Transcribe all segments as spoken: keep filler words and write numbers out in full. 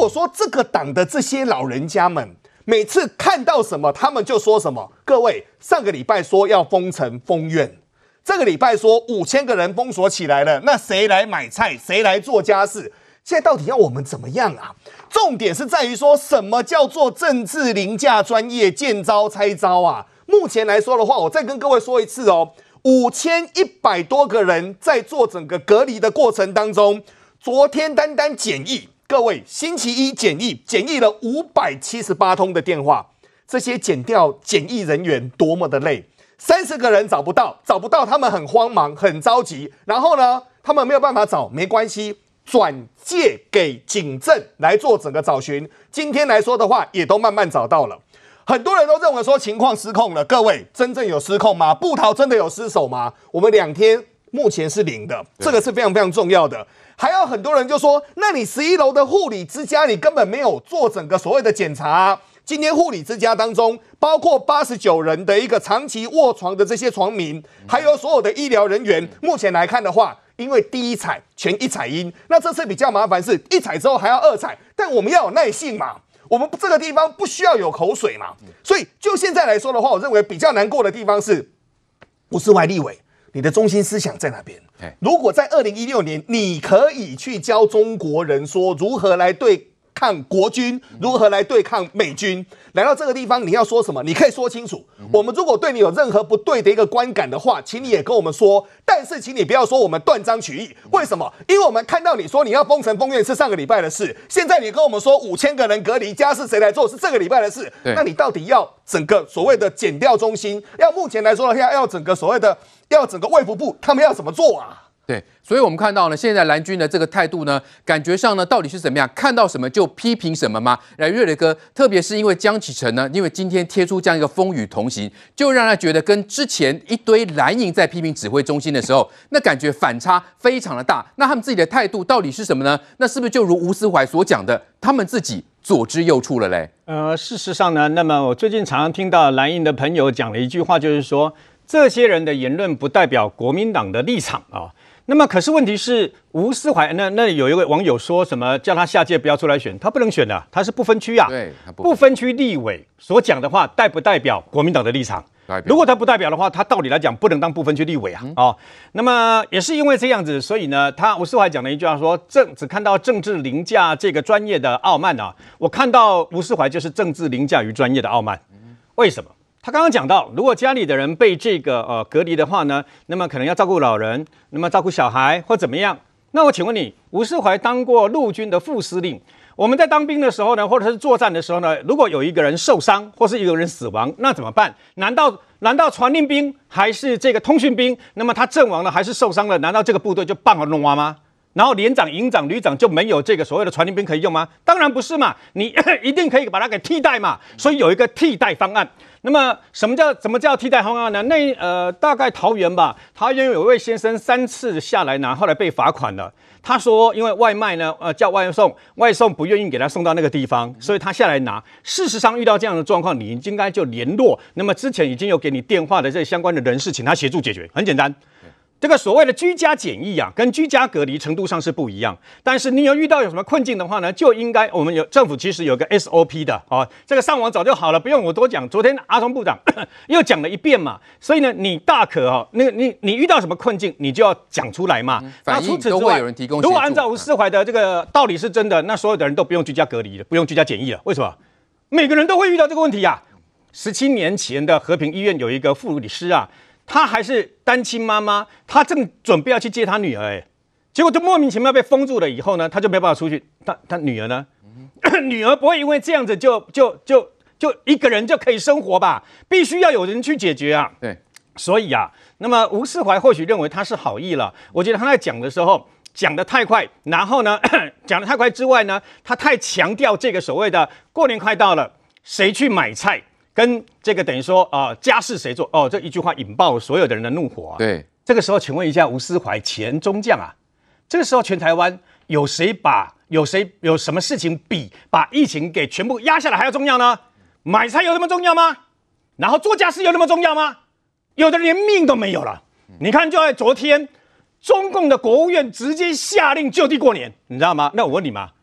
果说这个党的这些老人家们，每次看到什么，他们就说什么。各位，上个礼拜说要封城封院，这个礼拜说五千个人封锁起来了，那谁来买菜？谁来做家事？现在到底要我们怎么样啊？重点是在于说什么叫做政治凌驾专业，见招拆招啊？目前来说的话，我再跟各位说一次哦，五千一百多个人在做整个隔离的过程当中，昨天单单检疫，各位星期一检疫，检疫了五百七十八通的电话，这些检调检疫人员多么的累，三十个人找不到，找不到他们很慌忙很着急，然后呢，他们没有办法找，没关系。转介给警政来做整个找寻，今天来说的话，也都慢慢找到了。很多人都认为说情况失控了，各位真正有失控吗？部桃真的有失守吗？我们两天目前是零的，这个是非常非常重要的。还有很多人就说，那你十一楼的护理之家，你根本没有做整个所谓的检查啊。今天护理之家当中，包括八十九人的一个长期卧床的这些床民，还有所有的医疗人员，目前来看的话，因为第一采全一采阴，那这次比较麻烦是一采之后还要二采，但我们要有耐性嘛，我们这个地方不需要有口水嘛，所以就现在来说的话，我认为比较难过的地方是，吴思怀立委，你的中心思想在哪边？如果在二零一六年，你可以去教中国人说如何来对抗国军，如何来对抗美军，来到这个地方，你要说什么？你可以说清楚。我们如果对你有任何不对的一个观感的话，请你也跟我们说。但是，请你不要说我们断章取义。为什么？因为我们看到你说你要封城封院是上个礼拜的事，现在你跟我们说五千个人隔离，家事谁来做是这个礼拜的事。那你到底要整个所谓的检调中心，要目前来说的话，要整个所谓的要整个卫福部，他们要怎么做啊？ 对，所以我们看到呢，现在蓝军的这个态度呢，感觉上呢，到底是怎么样？看到什么就批评什么吗？来，瑞磊哥，特别是因为江启臣呢，因为今天贴出这样一个风雨同行，就让他觉得跟之前一堆蓝营在批评指挥中心的时候，那感觉反差非常的大。那他们自己的态度到底是什么呢？那是不是就如吴思怀所讲的，他们自己左支右绌了嘞？ 呃，事实上呢，那么我最近常常听到蓝营的朋友讲了一句话，就是说，这些人的言论不代表国民党的立场啊。那么，可是问题是，吴思怀那那有一位网友说什么叫他下届不要出来选，他不能选的，他是不分区啊， 对，不, 不分区立委所讲的话代不代表国民党的立场？如果他不代表的话，他道理来讲不能当不分区立委啊。嗯、哦，那么也是因为这样子，所以呢，他吴思怀讲了一句话说，政只看到政治凌驾这个专业的傲慢啊，我看到吴思怀就是政治凌驾于专业的傲慢，为什么？他刚刚讲到，如果家里的人被这个呃隔离的话呢，那么可能要照顾老人，那么照顾小孩或怎么样？那我请问你，吴思怀当过陆军的副司令，我们在当兵的时候呢，或者是作战的时候呢，如果有一个人受伤或是一个人死亡，那怎么办？难道难道传令兵还是这个通讯兵？那么他阵亡了还是受伤了？难道这个部队就棒了弄完吗？然后连长、营长、旅长就没有这个所谓的传令兵可以用吗？当然不是嘛，你一定可以把它给替代嘛。所以有一个替代方案。那么什么叫什么叫替代方案呢？那呃，大概桃园吧，桃园有位先生三次下来拿，后来被罚款了。他说，因为外卖呢，呃，叫外送，外送不愿意给他送到那个地方，所以他下来拿。事实上，遇到这样的状况，你应该就联络。那么之前已经有给你电话的这相关的人士，请他协助解决，很简单。这个所谓的居家检疫啊，跟居家隔离程度上是不一样。但是你有遇到有什么困境的话呢，就应该我们有政府其实有个 S O P 的哦，这个上网早就好了，不用我多讲。昨天阿童部长又讲了一遍嘛，所以呢，你大可哦，那个你你遇到什么困境，你就要讲出来嘛。嗯、 反映都会有人提供协助。 如果按照吴思怀的这个道理是真的，那所有的人都不用居家隔离了，不用居家检疫了。为什么？每个人都会遇到这个问题呀、啊。十七年前的和平医院有一个副理师啊。她还是单亲妈妈，她正准备要去接她女儿，哎，结果就莫名其妙被封住了。以后呢，她就没办法出去。她她女儿呢？嗯、女儿不会因为这样子就就就就一个人就可以生活吧？必须要有人去解决啊。 对， 所以啊，那么吴思怀或许认为他是好意了。我觉得他在讲的时候讲得太快，然后呢，讲得太快之外呢，他太强调这个所谓的过年快到了，谁去买菜？跟这个等于说啊、呃，家事谁做？哦，这一句话引爆所有的人的怒火、啊。 对， 这个时候，请问一下吴思怀前中将啊，这个时候全台湾有谁把有谁有什么事情比把疫情给全部压下来还要重要呢？买菜有那么重要吗？然后做家事有那么重要吗？有的连命都没有了。你看，就在昨天，中共的国务院直接下令就地过年，你知道吗？那我问你嘛，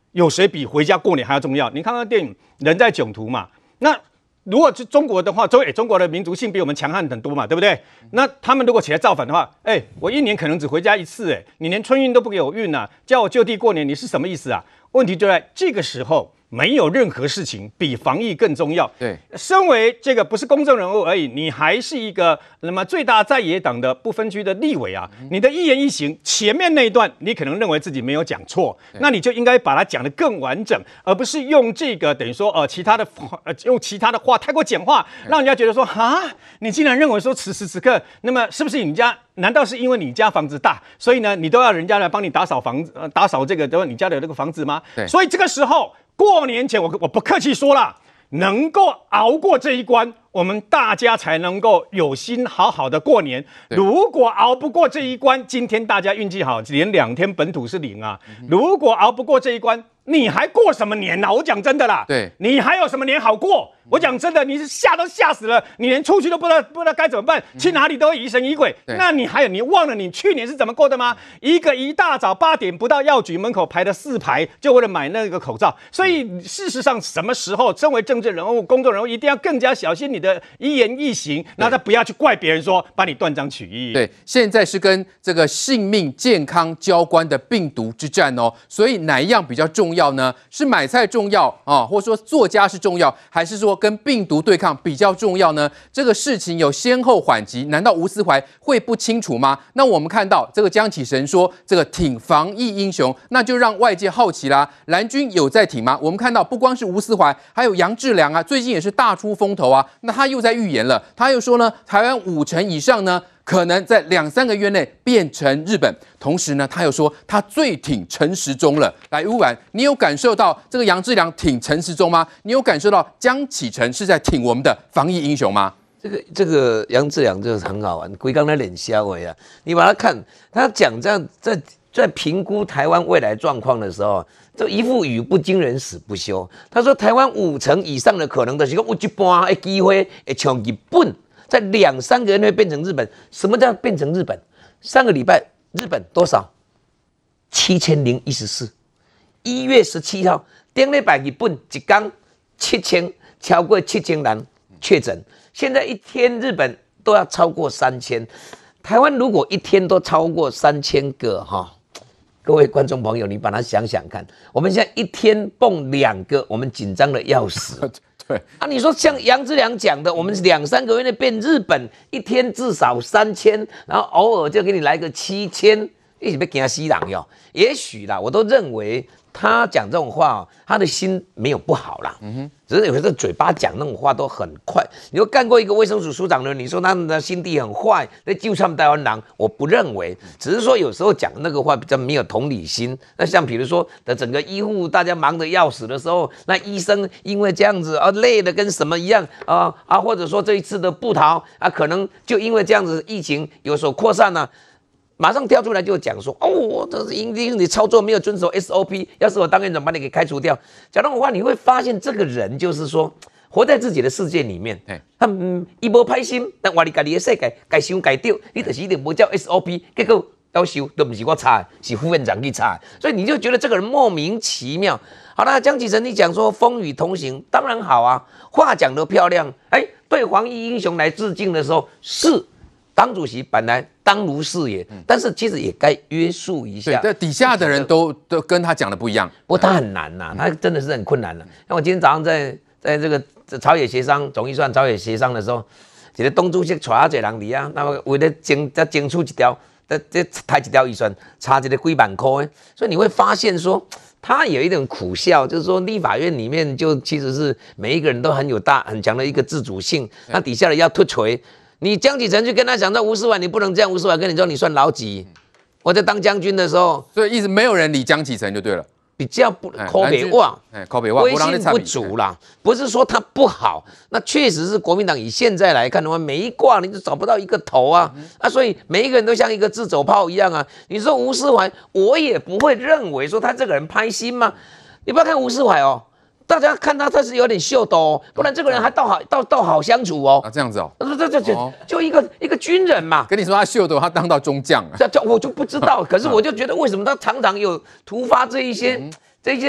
有谁比回家过年还要重要？你看看电影《人在囧途》嘛，那。如果是中国的话，中诶中国的民族性比我们强悍很多嘛，对不对？那他们如果起来造反的话，哎，我一年可能只回家一次，哎，你连春运都不给我运啊，叫我就地过年，你是什么意思啊？问题就在这个时候，没有任何事情比防疫更重要。 对， 身为这个不是公众人物而已，你还是一个那么最大在野党的不分区的立委啊，嗯、你的一言一行，前面那一段你可能认为自己没有讲错，那你就应该把它讲得更完整，而不是用这个等于说呃其他的呃用其他的话太过简化，让人家觉得说啊，你竟然认为说此时此刻，那么是不是你家？难道是因为你家房子大，所以呢，你都要人家来帮你打扫房子、呃、打扫这个的你家的这个房子吗？对，所以这个时候过年前我，我我不客气说了，能够熬过这一关，我们大家才能够有心好好的过年。如果熬不过这一关，今天大家运气好，连两天本土是零啊。嗯、如果熬不过这一关，你还过什么年啊？我讲真的啦， 对， 你还有什么年好过？我讲真的，你是吓都吓死了，你连出去都不知道不知道该怎么办，去哪里都会疑神疑鬼。那你还有你忘了你去年是怎么过的吗？一个一大早八点不到药局门口排了四排，就为了买那个口罩。所以事实上，什么时候身为政治人物、公众人物，一定要更加小心你的一言一行，然后再不要去怪别人说把你断章取义。 对，现在是跟这个性命健康交关的病毒之战哦。所以哪一样比较重要呢？是买菜重要啊，或者说做家是重要，还是说跟病毒对抗比较重要呢？这个事情有先后缓急，难道吴思怀会不清楚吗？那我们看到这个江启臣说这个挺防疫英雄，那就让外界好奇啦。蓝军有在挺吗？我们看到不光是吴思怀，还有杨志良啊，最近也是大出风头啊。那他又在预言了，他又说呢，台湾五成以上呢，可能在两三个月内变成日本。同时呢，他又说他最挺陈时中了。来，吴婉，你有感受到这个杨志良挺陈时中吗？你有感受到江启臣是在挺我们的防疫英雄吗？ 这个这个杨志良就是很好玩，龟刚才脸消委啊，你把他看，他讲这样在在评估台湾未来状况的时候，就一副语不惊人死不休。他说台湾五成以上的可能的是讲有一半的机会会像日本。在两三个月内变成日本，什么叫变成日本？上个礼拜日本多少？七千零一十四。一月十七号，顶礼拜日本一天七千，超过七千人确诊。现在一天日本都要超过三千。台湾如果一天都超过三千个哈，各位观众朋友，你把它想想看，我们现在一天蹦两个，我们紧张的要死。 对啊，你说像杨志良讲的，我们两三个月内变日本，一天至少三千，然后偶尔就给你来个七千，一起被惊死人哟。也许啦，我都认为他讲这种话，他的心没有不好啦，嗯哼，只是有时候嘴巴讲那种话都很快。你有干过一个卫生署署长的人，你说他的心地很坏，那就他们台湾人，我不认为，只是说有时候讲那个话比较没有同理心。那像比如说的整个医护大家忙得要死的时候，那医生因为这样子啊累的跟什么一样啊啊，或者说这一次的部逃啊，可能就因为这样子疫情有所扩散呢、啊。马上跳出来就讲说，哦，这是因为你操作没有遵守 S O P， 要是我当院长把你给开除掉。讲这种话，你会发现这个人就是说，活在自己的世界里面。他嗯，一无歹心，但话你家己的世界该想该丢，你就是一定无照 S O P， 结果要修都不是我查的，是副院长去查的，所以你就觉得这个人莫名其妙。好了，江启臣你讲说风雨同行，当然好啊，话讲得漂亮。哎，对防疫英雄来致敬的时候是。党主席本来当如是也，但是其实也该约束一下。 对，底下的人都都跟他讲的不一样。 不过他很难呐、啊，他真的是很困难的、啊。像我今天早上在在这个朝野协商总预算朝野协商的时候，一个东主席带啊这人嚟啊，那么为了争再争出一条，这这抬一条预算，差这个几万块，所以你会发现说。他有一点苦笑，就是说立法院里面就其实是每一个人都很有大很强的一个自主性，那底下的要突锤。你江启臣去跟他讲，说吴思怀你不能这样，吴思怀跟你说你算老几？我在当将军的时候， 所以一直没有人理江启臣就对了， 比较不口北话， 口北话， 威信不足啦，不是说他不好，那确实是国民党以现在来看的话，每一卦你都找不到一个头啊，嗯、啊，所以每一个人都像一个自走炮一样啊。你说吴思怀，我也不会认为说他这个人拍心吗？你不要看吴思怀哦。大家看他，他是有点秀逗哦，不然这个人还倒好，倒倒好相处哦。 啊，这样子哦， 这这这就一个一个军人嘛。 跟你说他秀逗，他当到中将啊。 这这我就不知道，可是我就觉得为什么他常常有突发这一些、嗯、这些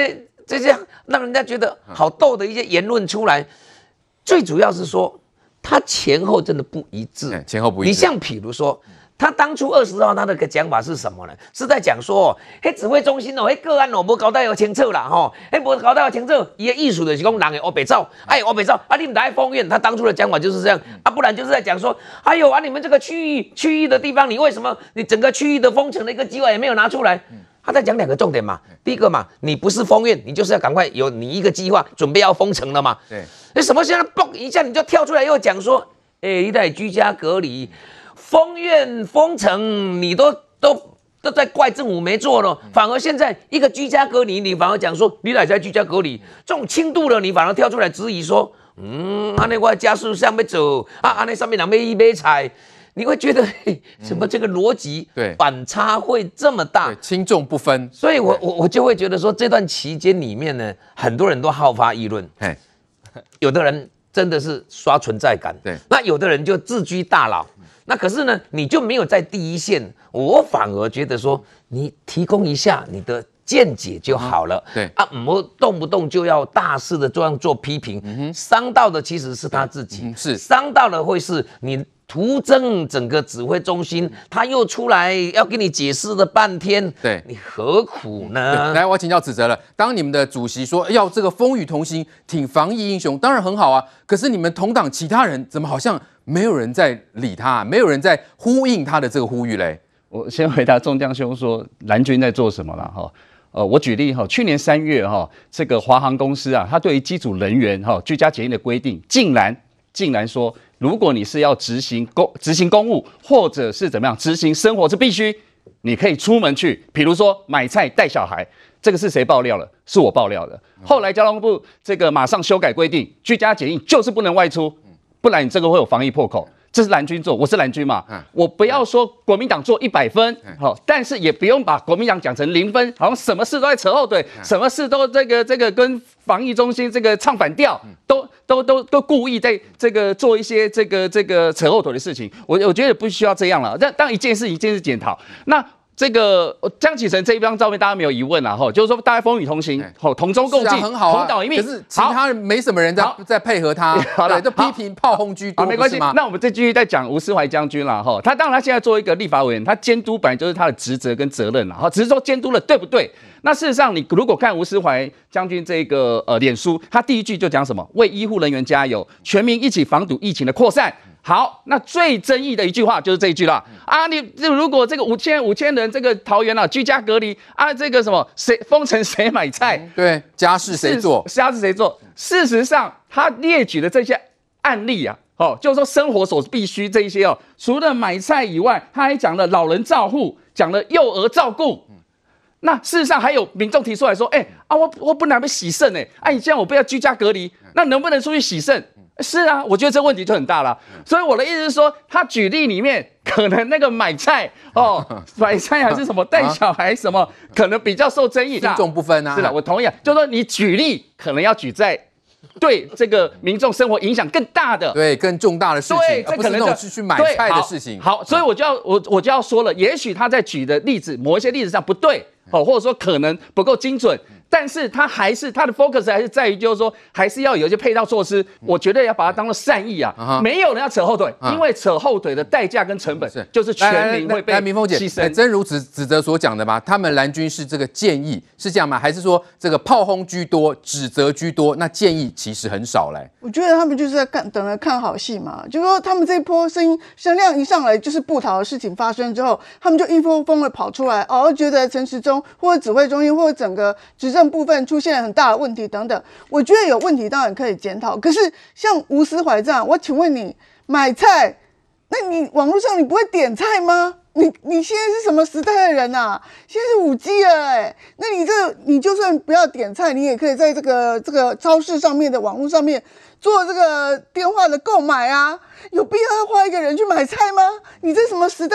这些让人家觉得好逗的一些言论出来，最主要是说他前后真的不一致， 欸、前后不一致。 你像比如说。他当初二十号他的个讲法是什么呢？是在讲说，嘿指挥中心哦，嘿个案哦，无交代有清楚啦吼，嘿无交代有清楚，伊的意思就是讲人的黑白走，哎黑白走，啊你们来封院，他当初的讲法就是这样，啊不然就是在讲说，哎呦啊你们这个区域区域的地方，你为什么你整个区域的封城的一个计划也没有拿出来？他在讲两个重点嘛，第一个嘛，你不是封院，你就是要赶快有你一个计划，准备要封城了嘛。对，那什么现在嘣一下你就跳出来又讲说，哎你得居家隔离。封院封城，你都都都在怪政府没做了，反而现在一个居家隔离，你反而讲说你哪在居家隔离，这种轻度的你反而跳出来质疑说，嗯，安尼我加速上面走啊，安尼上面人买一买菜，你会觉得嘿什么这个逻辑对反差会这么大， 轻重不分， 所以我我我就会觉得说这段期间里面呢，很多人都好发议论，有的人真的是刷存在感，对，那有的人就自居大佬。那可是呢，你就没有在第一线，我反而觉得说，你提供一下你的见解就好了。嗯、对啊，唔好动不动就要大肆的这样做批评，嗯、伤到的其实是他自己，嗯、是伤到的会是你徒增整个指挥中心，他又出来要给你解释了半天，对你何苦呢？ 来，我请教子哲了。当你们的主席说要这个风雨同行，挺防疫英雄，当然很好啊。可是你们同党其他人怎么好像没有人在理他、啊，没有人在呼应他的这个呼吁嘞？ 我先回答中将兄说蓝军在做什么了哈。呃，我举例哈，去年三月哈，这个华航公司啊，它对于机组人员哈居家检疫的规定，竟然竟然说，如果你是要执行公执行公务，或者是怎么样执行生活是必须，你可以出门去，比如说买菜带小孩。这个是谁爆料了？是我爆料的。后来交通部这个马上修改规定，居家检疫就是不能外出，不然你这个会有防疫破口。这是蓝军做，我是蓝军嘛，嗯、我不要说国民党做一百分，好、嗯，但是也不用把国民党讲成零分，好像什么事都在扯后腿，嗯、什么事都这个这个跟防疫中心这个唱反调，嗯、都都都都故意在这个做一些这个这个扯后腿的事情。我我觉得不需要这样了，但当一件事一件事检讨，那。这个江启臣这一张照片，大家没有疑问啦，哈，就是说大家风雨同行，吼，同舟共济， 很好、啊， 同岛一命。 可是其他人没什么人在在配合他，好了，就批评炮轰居多， 没关系。那我们再继续再讲吴思怀将军啦，哈，他当然他现在作为一个立法委员，他监督本来就是他的职责跟责任啦，哈，只是说监督了对不对？那事实上，你如果看吴思怀将军这个呃脸书，他第一句就讲什么？为医护人员加油，全民一起防堵疫情的扩散。好，那最争议的一句话就是这一句啦。啊，你如果这个五千五千人这个桃园啊居家隔离啊，这个什么谁封城谁买菜？嗯、 对，家事谁做？ 家事谁做？事实上，他列举的这些案例啊，哦，就是说生活所必须这一些哦，除了买菜以外，他还讲了老人照护，讲了幼儿照顾。那事实上还有民众提出来说，哎、欸、啊，我我不能被洗肾哎，哎、啊，你这样我不要居家隔离，那能不能出去洗肾？是啊，我觉得这问题就很大了。所以我的意思是说，他举例里面可能那个买菜哦，买菜还是什么带小孩什么，可能比较受争议， 轻重不分啊。 是的，我同意啊，就是说你举例可能要举在对这个民众生活影响更大的， 对更重大的事情， 对，这可能就是去买菜的事情。 好，好所以我就要我我就要说了，也许他在举的例子，某一些例子上不对哦，或者说可能不够精准。但是他还是他的 focus 还是在于，就是说还是要有一些配套措施。我觉得要把它当做善意啊， uh-huh. 没有人要扯后腿， uh-huh. 因为扯后腿的代价跟成本就是全民会被牺牲。 明凤姐，真如子子哲所讲的嘛，他们蓝军是这个建议是这样吗？还是说这个炮轰居多，指责居多？那建议其实很少嘞。 我觉得他们就是在看等着看好戏嘛，就是说他们这一波声音声量一上来，就是部桃的事情发生之后，他们就一窝蜂的跑出来，哦，觉得陈时中或者指挥中心或者整个执政部分出现很大的问题等等，我觉得有问题当然可以检讨。可是像吴思怀这样，我请问你买菜，那你网络上你不会点菜吗？你你现在是什么时代的人啊？现在是五 G 了哎、欸，那你这你就算不要点菜，你也可以在这个这个超市上面的网络上面做这个电话的购买啊，有必要要花一个人去买菜吗？你这什么时代？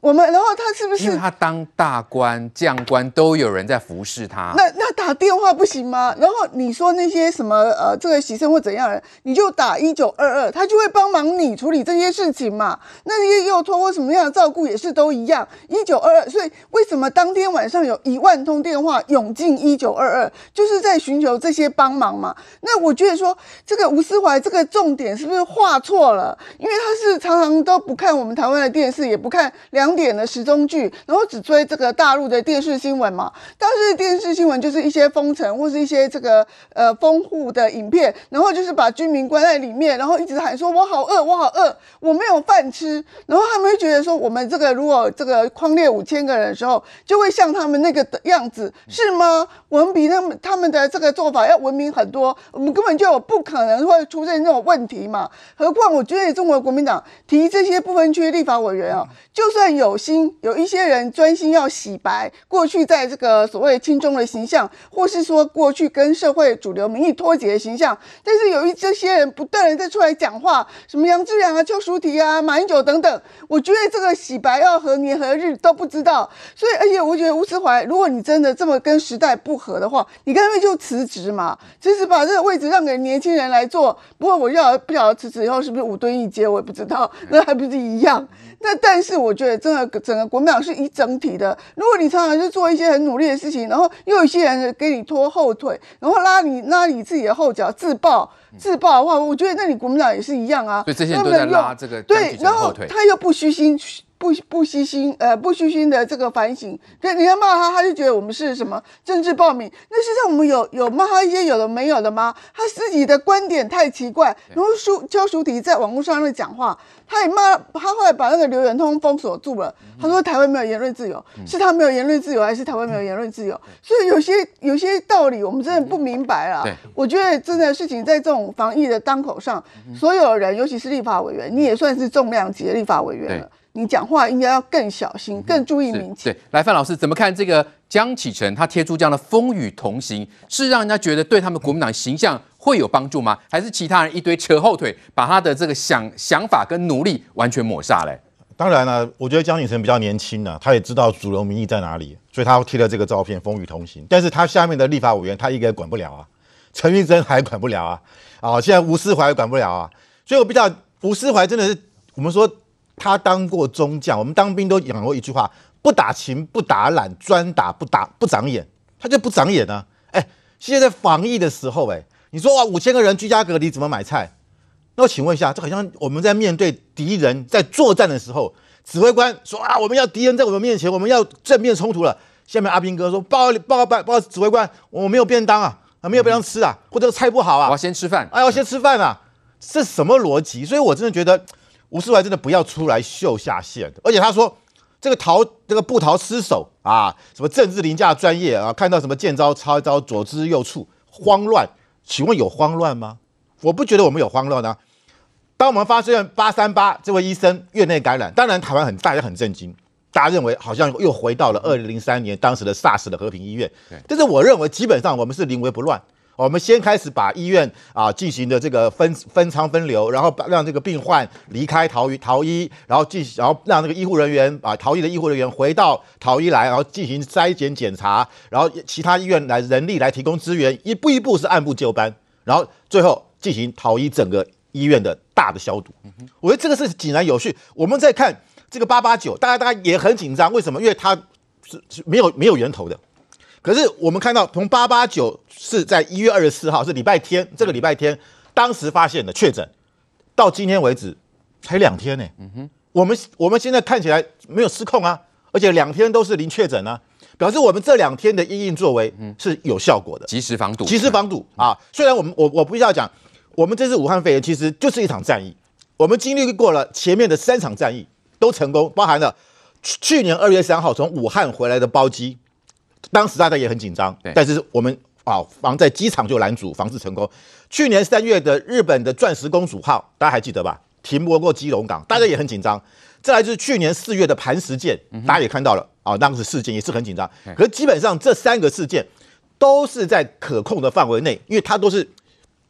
我们然后他是不是？ 因为他当大官、将官都有人在服侍他。 那那打电话不行吗？然后你说那些什么呃，这个牺牲或怎样的人，你就打一九二二，他就会帮忙你处理这些事情嘛。那些幼托或什么样的照顾也是都一样，一九二二。所以为什么当天晚上有一万通电话涌进一九二二，就是在寻求这些帮忙嘛？那我觉得说这个吴思怀这个重点是不是画错了？因为他是常常都不看我们台湾的电视，也不看两点的时钟剧，然后只追这个大陆的电视新闻嘛。当时电视新闻就是一些封城或是一些这个呃封户的影片，然后就是把居民关在里面，然后一直喊说我好饿，我好饿，我没有饭吃。然后他们会觉得说，我们这个如果这个匡列五千个人的时候，就会像他们那个样子，是吗？我们比他们他们的这个做法要文明很多，我们根本就有不可能会出现这种问题嘛。何况我觉得中国国民党提这些不分区立法委员啊，就算有心，有一些人专心要洗白过去在这个所谓亲中的形象，或是说过去跟社会主流民意脱节的形象，但是有一这些人不断的在出来讲话，什么杨志良啊、邱淑媞啊、马英九等等，我觉得这个洗白要何年何日都不知道。所以，而且我觉得吴思怀，如果你真的这么跟时代不合的话，你干脆就辞职嘛，辞职把这个位置让给年轻人来做。不过我要不晓得辞职以后是不是五吨一阶，我也不知道，那还不是一样。那但是我觉得真的整个国民党是一整体的，如果你常常是做一些很努力的事情，然后又有一些人给你拖后腿，然后拉你拉你自己的后脚自爆自爆的话，我觉得那你国民党也是一样啊。 所以这些人都在拉这个对，然后他又不虚心。不不虚心，呃，不虚心的这个反省，跟你要骂他，他就觉得我们是什么政治暴民。那事实上我们有有骂他一些有的没有的吗？他自己的观点太奇怪。然后邱邱淑媞在网络上那讲话，他也骂，他后来把那个留言通封锁住了。他说台湾没有言论自由，是他没有言论自由，还是台湾没有言论自由？所以有些有些道理我们真的不明白了。我觉得真的事情在这种防疫的当口上，所有人，尤其是立法委员，你也算是重量级的立法委员了。你讲话应该要更小心，更注意民情。 对，来，范老师怎么看这个江启臣他贴出这样的风雨同行，是让人家觉得对他们国民党形象会有帮助吗？还是其他人一堆扯后腿，把他的这个想想法跟努力完全抹煞嘞？ 当然了，我觉得江启臣比较年轻啊，他也知道主流民意在哪里，所以他贴了这个照片，风雨同行。但是他下面的立法委员，他一个也管不了啊，陈玉珍还管不了啊，啊，现在吴思怀也管不了啊，所以我比较吴思怀真的是我们说。他当过中将，我们当兵都讲过一句话：不打勤，不打懒，专打不打不长眼。他就不长眼呢、啊。哎，现在在防疫的时候，哎，你说哇，五千个人居家隔离怎么买菜？那我请问一下，这好像我们在面对敌人在作战的时候，指挥官说啊，我们要敌人在我们面前，我们要正面冲突了。下面阿兵哥说报报报报指挥官，我没有便当啊，啊没有便当吃啊，或者菜不好啊， 我要先吃饭， 哎，我先吃饭啊，这什么逻辑？所以我真的觉得。吴思怀真的不要出来秀下限的，而且他说这个逃这个不逃失手啊，什么政治凌驾专业啊，看到什么见招抄招，左支右绌，慌乱。请问有慌乱吗？我不觉得我们有慌乱啊。当我们发现八三八这位医生院内感染，当然台湾很大家很震惊，大家认为好像又回到了二零零三年当时的 SARS 的和平医院，但是我认为基本上我们是临危不乱。我们先开始把医院啊进行的这个分分仓分流，然后让这个病患离开桃医桃医，然后进然后让那个医护人员啊桃医的医护人员回到桃医来，然后进行筛检检查，然后其他医院来人力来提供资源，一步一步是按部就班，然后最后进行桃医整个医院的大的消毒。我觉得这个是井然有序。我们在看这个八八九，大家大家也很紧张，为什么？因为它是是没有没有源头的。可是我们看到，从八八九是在一月二十四号，是礼拜天，这个礼拜天，当时发现的确诊，到今天为止才两天呢、欸。嗯哼，我们我们现在看起来没有失控啊，而且两天都是零确诊啊，表示我们这两天的因应作为是有效果的， 及时防堵， 及时防堵啊。虽然我们我我不要讲，我们这次武汉肺炎其实就是一场战役，我们经历过了前面的三场战役都成功，包含了去年二月三号从武汉回来的包机。当时大家也很紧张，但是我们啊防在机场就拦阻，防治成功。去年三月的日本的钻石公主号，大家还记得吧？停泊过基隆港，大家也很紧张。再来就是去年四月的磐石舰，大家也看到了啊，当时事件也是很紧张。可是基本上这三个事件都是在可控的范围内，因为它都是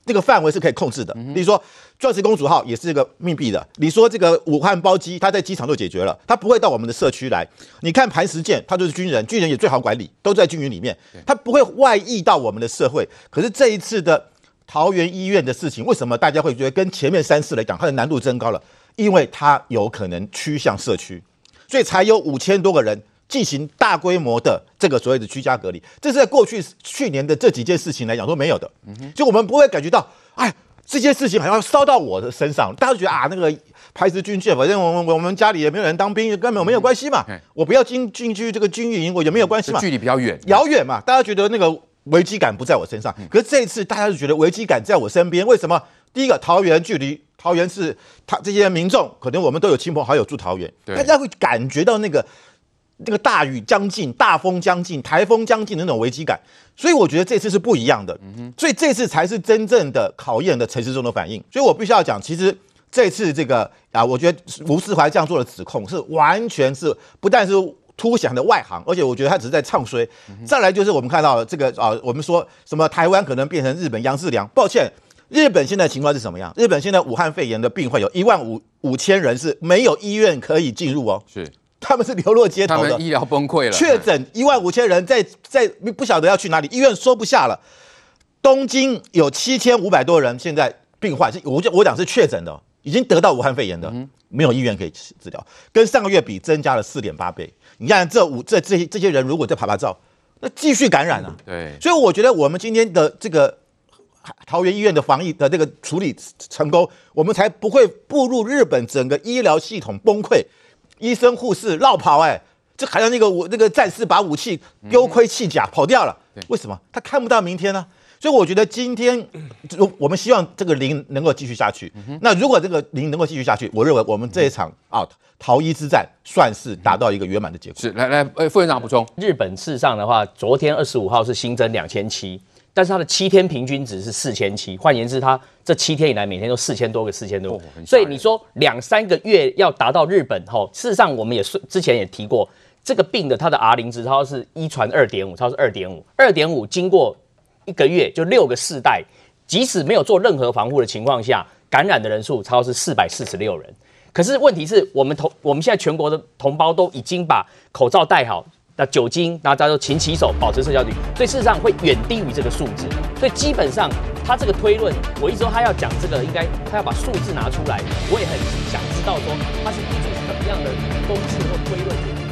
这个范围是可以控制的。比如说钻石公主号也是这个密闭的，你说这个武汉包机，它在机场就解决了，它不会到我们的社区来。你看磐石舰，它就是军人，军人也最好管理，都在军营里面，它不会外溢到我们的社会。可是这一次的桃园医院的事情，为什么大家会觉得跟前面三次来讲，它的难度增高了？因为它有可能趋向社区，所以才有五千多个人进行大规模的这个所谓的居家隔离，这是在过去去年的这几件事情来讲都没有的，所以我们不会感觉到，哎，这些事情好像烧到我的身上，大家都觉得啊，那个排斥军舰，反正我们我们家里也没有人当兵，根本没有关系嘛，我不要进进去这个军营，我也没有关系嘛， 距离比较远， 遥远嘛，大家觉得那个危机感不在我身上，可是这一次大家就觉得危机感在我身边，为什么？第一个，桃园距离桃园是他这些民众，可能我们都有亲朋好友住桃园，大家会感觉到那个那个大雨将近、大风将近、台风将近的那种危机感，所以我觉得这次是不一样的，所以这次才是真正的考验的陈时中的反应。所以我必须要讲，其实这次这个啊，我觉得吴世怀这样做的指控是完全是不但是凸显的外行，而且我觉得他只是在唱衰。再来就是我们看到这个啊，我们说什么台湾可能变成日本杨志良，抱歉。日本现在的情况是什么样？日本现在武汉肺炎的病患有一万五五千人是没有医院可以进入哦，是他们是流落街头的， 他们医疗崩溃了， 确诊一万五千人在在不晓得要去哪里，医院收不下了。东京有七千五百多人现在病患，我我讲是确诊的，已经得到武汉肺炎的，嗯、没有医院可以治疗，跟上个月比增加了四点八倍。你看这五这这些这些人如果再爬爬照，那继续感染啊。 对， 所以我觉得我们今天的这个。桃园医院的防疫的这个处理成功，我们才不会步入日本整个医疗系统崩溃，医生护士绕跑，哎，这好像那个我那个战士把武器丢盔弃甲跑掉了，为什么？他看不到明天呢？所以我觉得今天我们希望这个零能够继续下去。那如果这个零能够继续下去，我认为我们这一场啊桃医之战算是达到一个圆满的结果。 是，来来，呃，副院长补充， 日本事实上的话，昨天二十五号是新增两千七。但是它的七天平均值是四千七，换言之，它这七天以来每天都四千多个，四千多个。所以你说两三个月要达到日本吼，事实上我们也是之前也提过，这个病的它的 R 零值它是一传二点五，它是二点五，二点五经过一个月就六个世代，即使没有做任何防护的情况下，感染的人数超是四百四十六人。可是问题是我们同我们现在全国的同胞都已经把口罩戴好。那酒精，然后大家说勤洗手，保持社交距离，所以事实上会远低于这个数字。所以基本上，他这个推论，我一直说他要讲这个，应该他要把数字拿出来。我也很想知道说他是依据什么样的公式或推论。